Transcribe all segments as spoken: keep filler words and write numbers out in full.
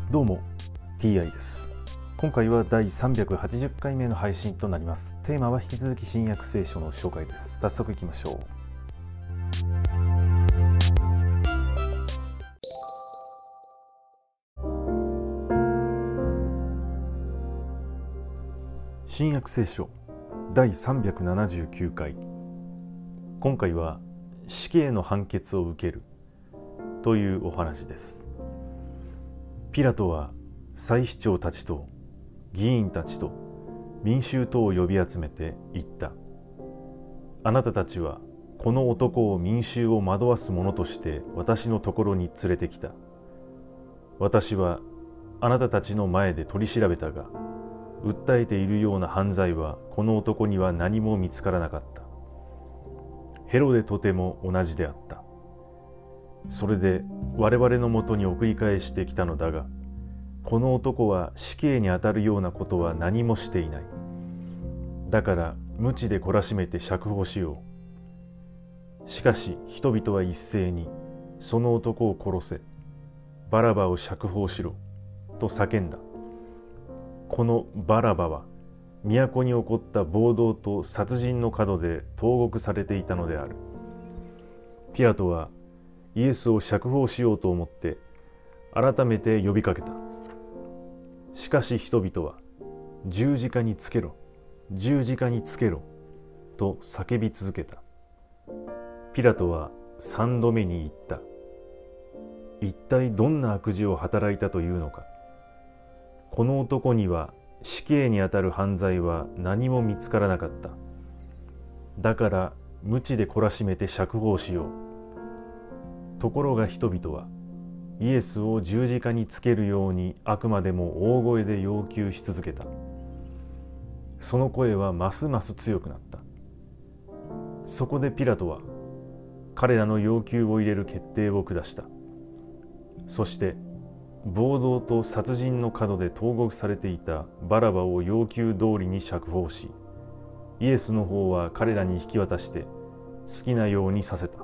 どうも ティーアイ です。今回はだいさんびゃくはちじゅっかいめの配信となります。テーマは引き続き新約聖書の紹介です。早速いきましょう。新約聖書だいさんびゃくななじゅうきゅうかい。今回は死刑の判決を受けるというお話です。ピラトは祭司長たちと議員たちと民衆とを呼び集めて言った。あなたたちはこの男を民衆を惑わす者として私のところに連れてきた。私はあなたたちの前で取り調べたが、訴えているような犯罪はこの男には何も見つからなかった。ヘロデとても同じであった。それで我々のもとに送り返してきたのだが、この男は死刑にあたるようなことは何もしていない。だから鞭で懲らしめて釈放しよう。しかし人々は一斉に、その男を殺せ、バラバを釈放しろと叫んだ。このバラバは都に起こった暴動と殺人の門で投獄されていたのである。ピラトはイエスを釈放しようと思って改めて呼びかけた。しかし人々は十字架につけろ、十字架につけろと叫び続けた。ピラトは三度目に言った。一体どんな悪事を働いたというのか。この男には死刑にあたる犯罪は何も見つからなかった。だから鞭で懲らしめて釈放しよう。ところが人々はイエスを十字架につけるようにあくまでも大声で要求し続けた。その声はますます強くなった。そこでピラトは彼らの要求を入れる決定を下した。そして暴動と殺人の門で投獄されていたバラバを要求通りに釈放し、イエスの方は彼らに引き渡して好きなようにさせた。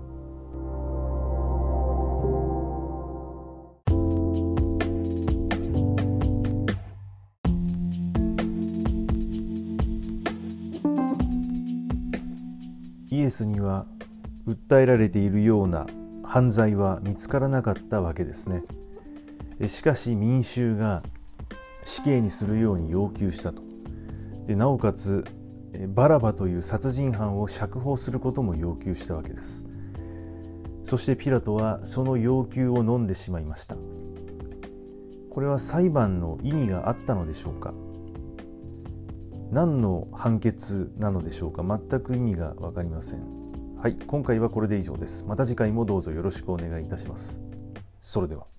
イエスには訴えられているような犯罪は見つからなかったわけですね。しかし民衆が死刑にするように要求したと。でなおかつバラバという殺人犯を釈放することも要求したわけです。そしてピラトはその要求を飲んでしまいました。これは裁判の意味があったのでしょうか。何の判決なのでしょうか。全く意味が分かりません。はい、今回はこれで以上です。また次回もどうぞよろしくお願いいたします。それでは。